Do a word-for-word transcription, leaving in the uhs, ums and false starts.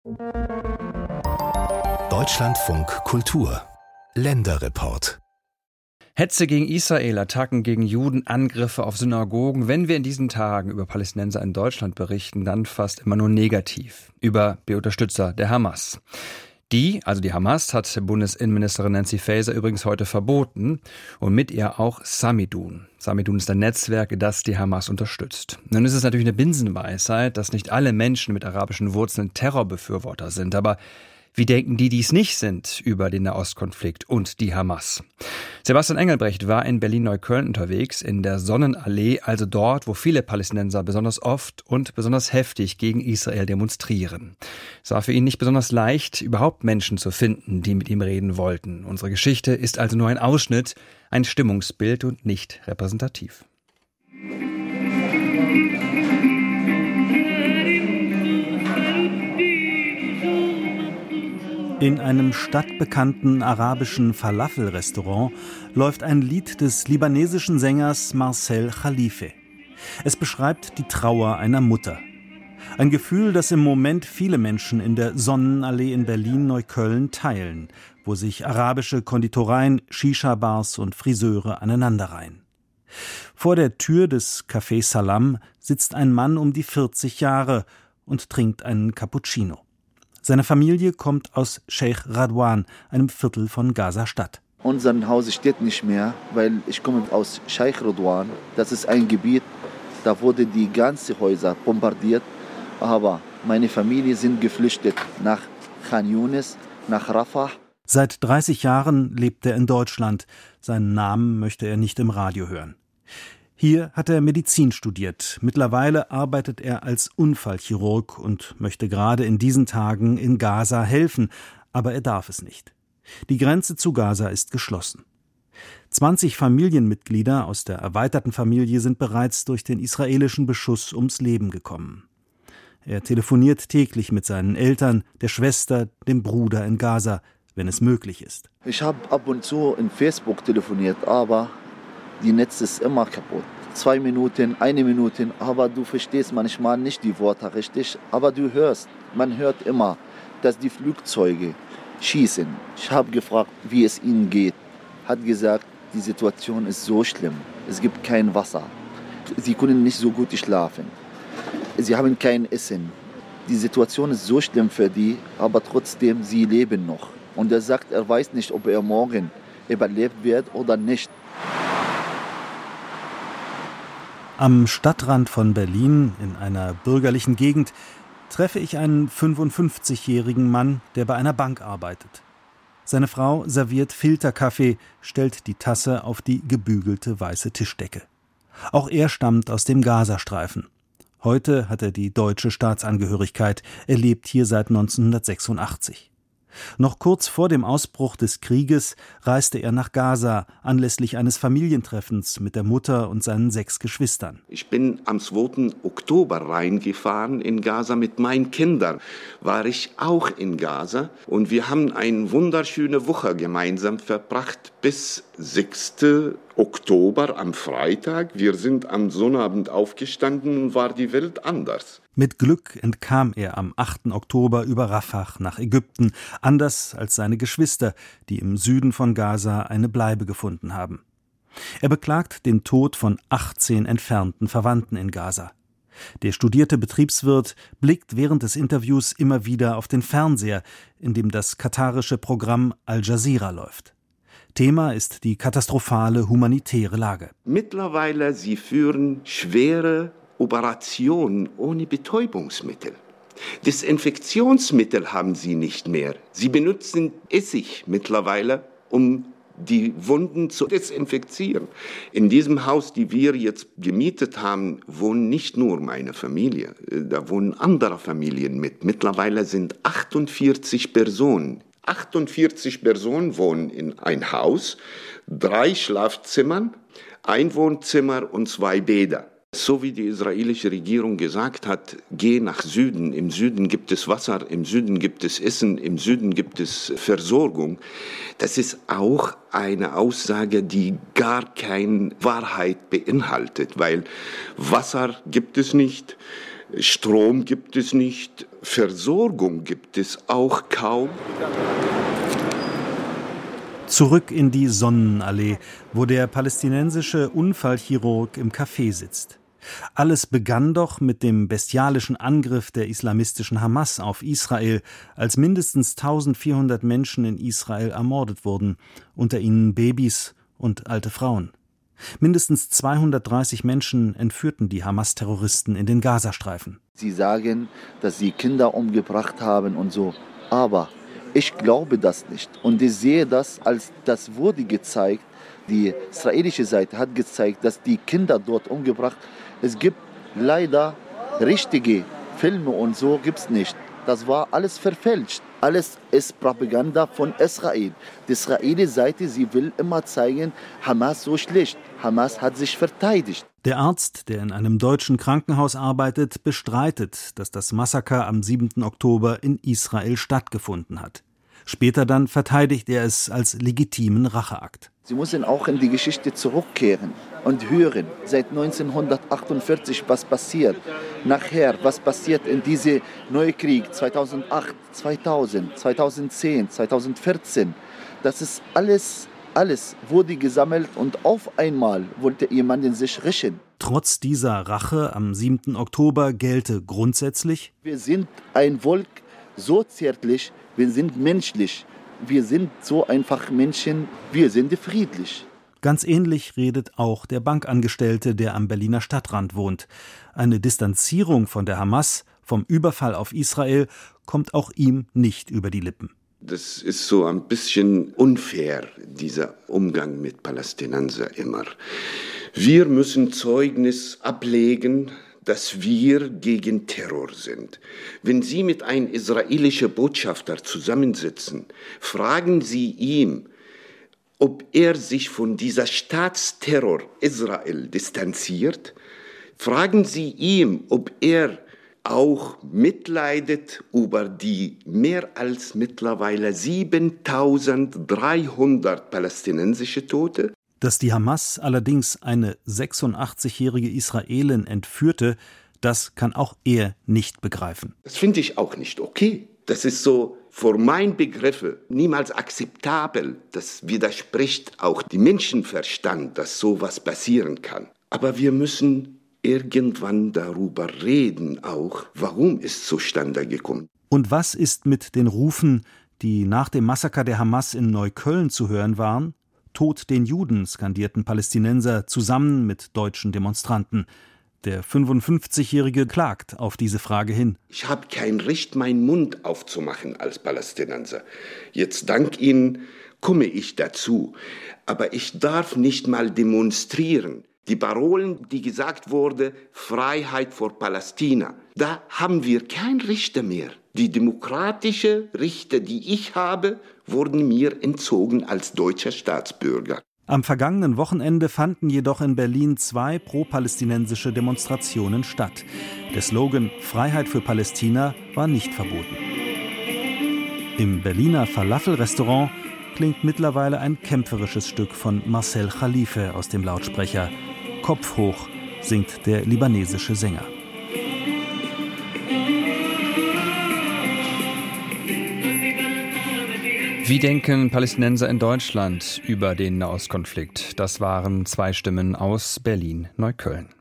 Deutschlandfunk Kultur Länderreport. Hetze gegen Israel, Attacken gegen Juden, Angriffe auf Synagogen. Wenn wir in diesen Tagen über Palästinenser in Deutschland berichten, dann fast immer nur negativ. Über die Unterstützer der Hamas. Die, also die Hamas, hat Bundesinnenministerin Nancy Faeser übrigens heute verboten und mit ihr auch Samidun. Samidun ist ein Netzwerk, das die Hamas unterstützt. Nun ist es natürlich eine Binsenweisheit, dass nicht alle Menschen mit arabischen Wurzeln Terrorbefürworter sind, aber wie denken die, die es nicht sind, über den Nahostkonflikt und die Hamas? Sebastian Engelbrecht war in Berlin-Neukölln unterwegs, in der Sonnenallee, also dort, wo viele Palästinenser besonders oft und besonders heftig gegen Israel demonstrieren. Es war für ihn nicht besonders leicht, überhaupt Menschen zu finden, die mit ihm reden wollten. Unsere Geschichte ist also nur ein Ausschnitt, ein Stimmungsbild und nicht repräsentativ. In einem stadtbekannten arabischen Falafel-Restaurant läuft ein Lied des libanesischen Sängers Marcel Khalife. Es beschreibt die Trauer einer Mutter. Ein Gefühl, das im Moment viele Menschen in der Sonnenallee in Berlin-Neukölln teilen, wo sich arabische Konditoreien, Shisha-Bars und Friseure aneinanderreihen. Vor der Tür des Café Salam sitzt ein Mann um die vierzig Jahre und trinkt einen Cappuccino. Seine Familie kommt aus Sheikh Radwan, einem Viertel von Gaza-Stadt. Unser Haus steht nicht mehr, weil ich komme aus Sheikh Radwan. Das ist ein Gebiet, da wurde die ganzen Häuser bombardiert. Aber meine Familie sind geflüchtet nach Khan Yunis, nach Rafah. Seit dreißig Jahren lebt er in Deutschland. Seinen Namen möchte er nicht im Radio hören. Hier hat er Medizin studiert. Mittlerweile arbeitet er als Unfallchirurg und möchte gerade in diesen Tagen in Gaza helfen, aber er darf es nicht. Die Grenze zu Gaza ist geschlossen. zwanzig Familienmitglieder aus der erweiterten Familie sind bereits durch den israelischen Beschuss ums Leben gekommen. Er telefoniert täglich mit seinen Eltern, der Schwester, dem Bruder in Gaza, wenn es möglich ist. Ich habe ab und zu in Facebook telefoniert, aber die Netz ist immer kaputt. Zwei Minuten, eine Minute, aber du verstehst manchmal nicht die Worte richtig. Aber du hörst, man hört immer, dass die Flugzeuge schießen. Ich habe gefragt, wie es ihnen geht. Hat gesagt, die Situation ist so schlimm. Es gibt kein Wasser. Sie können nicht so gut schlafen. Sie haben kein Essen. Die Situation ist so schlimm für die, aber trotzdem, sie leben noch. Und er sagt, er weiß nicht, ob er morgen überlebt wird oder nicht. Am Stadtrand von Berlin, in einer bürgerlichen Gegend, treffe ich einen fünfundfünfzigjährigen Mann, der bei einer Bank arbeitet. Seine Frau serviert Filterkaffee, stellt die Tasse auf die gebügelte weiße Tischdecke. Auch er stammt aus dem Gazastreifen. Heute hat er die deutsche Staatsangehörigkeit. Er lebt hier seit neunzehnhundertsechsundachtzig. Noch kurz vor dem Ausbruch des Krieges reiste er nach Gaza anlässlich eines Familientreffens mit der Mutter und seinen sechs Geschwistern. Ich bin am zweiten Oktober reingefahren in Gaza mit meinen Kindern. War ich auch in Gaza und wir haben eine wunderschöne Woche gemeinsam verbracht bis sechsten Oktober am Freitag. Wir sind am Sonnabend aufgestanden und war die Welt anders. Mit Glück entkam er am achten Oktober über Rafah nach Ägypten, anders als seine Geschwister, die im Süden von Gaza eine Bleibe gefunden haben. Er beklagt den Tod von achtzehn entfernten Verwandten in Gaza. Der studierte Betriebswirt blickt während des Interviews immer wieder auf den Fernseher, in dem das katarische Programm Al Jazeera läuft. Thema ist die katastrophale humanitäre Lage. Mittlerweile sie führen schwere Operationen ohne Betäubungsmittel. Desinfektionsmittel haben sie nicht mehr. Sie benutzen Essig mittlerweile, um die Wunden zu desinfizieren. In diesem Haus, die wir jetzt gemietet haben, wohnen nicht nur meine Familie, da wohnen andere Familien mit. Mittlerweile sind achtundvierzig Personen. achtundvierzig Personen wohnen in ein Haus, drei Schlafzimmern, ein Wohnzimmer und zwei Bäder. So wie die israelische Regierung gesagt hat, geh nach Süden. Im Süden gibt es Wasser, im Süden gibt es Essen, im Süden gibt es Versorgung. Das ist auch eine Aussage, die gar keine Wahrheit beinhaltet, weil Wasser gibt es nicht, Strom gibt es nicht, Versorgung gibt es auch kaum. Zurück in die Sonnenallee, wo der palästinensische Unfallchirurg im Café sitzt. Alles begann doch mit dem bestialischen Angriff der islamistischen Hamas auf Israel, als mindestens eintausendvierhundert Menschen in Israel ermordet wurden, unter ihnen Babys und alte Frauen. Mindestens zweihundertdreißig Menschen entführten die Hamas-Terroristen in den Gazastreifen. Sie sagen, dass sie Kinder umgebracht haben und so, aber ich glaube das nicht. Und ich sehe das, als das wurde gezeigt. Die israelische Seite hat gezeigt, dass die Kinder dort umgebracht. Es gibt leider richtige Filme und so gibt es nicht. Das war alles verfälscht. Alles ist Propaganda von Israel. Die israelische Seite, sie will immer zeigen, Hamas so schlecht. Hamas hat sich verteidigt. Der Arzt, der in einem deutschen Krankenhaus arbeitet, bestreitet, dass das Massaker am siebten Oktober in Israel stattgefunden hat. Später dann verteidigt er es als legitimen Racheakt. Sie müssen auch in die Geschichte zurückkehren und hören, seit neunzehnhundertachtundvierzig, was passiert. Nachher, was passiert in diesem neuen Krieg, zweitausendacht, zweitausend, zweitausendzehn, zweitausendvierzehn. Das ist alles, alles wurde gesammelt und auf einmal wollte jemand sich rächen. Trotz dieser Rache am siebten Oktober gelte grundsätzlich: Wir sind ein Volk, so zärtlich, wir sind menschlich. Wir sind so einfach Menschen, wir sind friedlich. Ganz ähnlich redet auch der Bankangestellte, der am Berliner Stadtrand wohnt. Eine Distanzierung von der Hamas, vom Überfall auf Israel, kommt auch ihm nicht über die Lippen. Das ist so ein bisschen unfair, dieser Umgang mit Palästinensern immer. Wir müssen Zeugnis ablegen, dass wir gegen Terror sind. Wenn Sie mit einem israelischen Botschafter zusammensitzen, fragen Sie ihn, ob er sich von dieser Staatsterror Israel distanziert. Fragen Sie ihn, ob er auch mitleidet über die mehr als mittlerweile siebentausenddreihundert palästinensische Tote. Dass die Hamas allerdings eine sechsundachtzig-jährige Israelin entführte, das kann auch er nicht begreifen. Das finde ich auch nicht okay. Das ist so vor meinen Begriffen niemals akzeptabel. Das widerspricht auch dem Menschenverstand, dass sowas passieren kann. Aber wir müssen irgendwann darüber reden, auch warum es zustande gekommen. Und was ist mit den Rufen, die nach dem Massaker der Hamas in Neukölln zu hören waren? Tod den Juden, skandierten Palästinenser zusammen mit deutschen Demonstranten. Der fünfundfünfzigjährige klagt auf diese Frage hin. Ich habe kein Recht, meinen Mund aufzumachen als Palästinenser. Jetzt dank Ihnen komme ich dazu. Aber ich darf nicht mal demonstrieren. Die Parolen, die gesagt wurde, Freiheit vor Palästina, da haben wir kein Recht mehr. Die demokratischen Rechte, die ich habe, wurden mir entzogen als deutscher Staatsbürger. Am vergangenen Wochenende fanden jedoch in Berlin zwei pro-palästinensische Demonstrationen statt. Der Slogan Freiheit für Palästina war nicht verboten. Im Berliner Falafel-Restaurant klingt mittlerweile ein kämpferisches Stück von Marcel Khalife aus dem Lautsprecher. Kopf hoch singt der libanesische Sänger. Wie denken Palästinenser in Deutschland über den Nahostkonflikt? Das waren zwei Stimmen aus Berlin-Neukölln.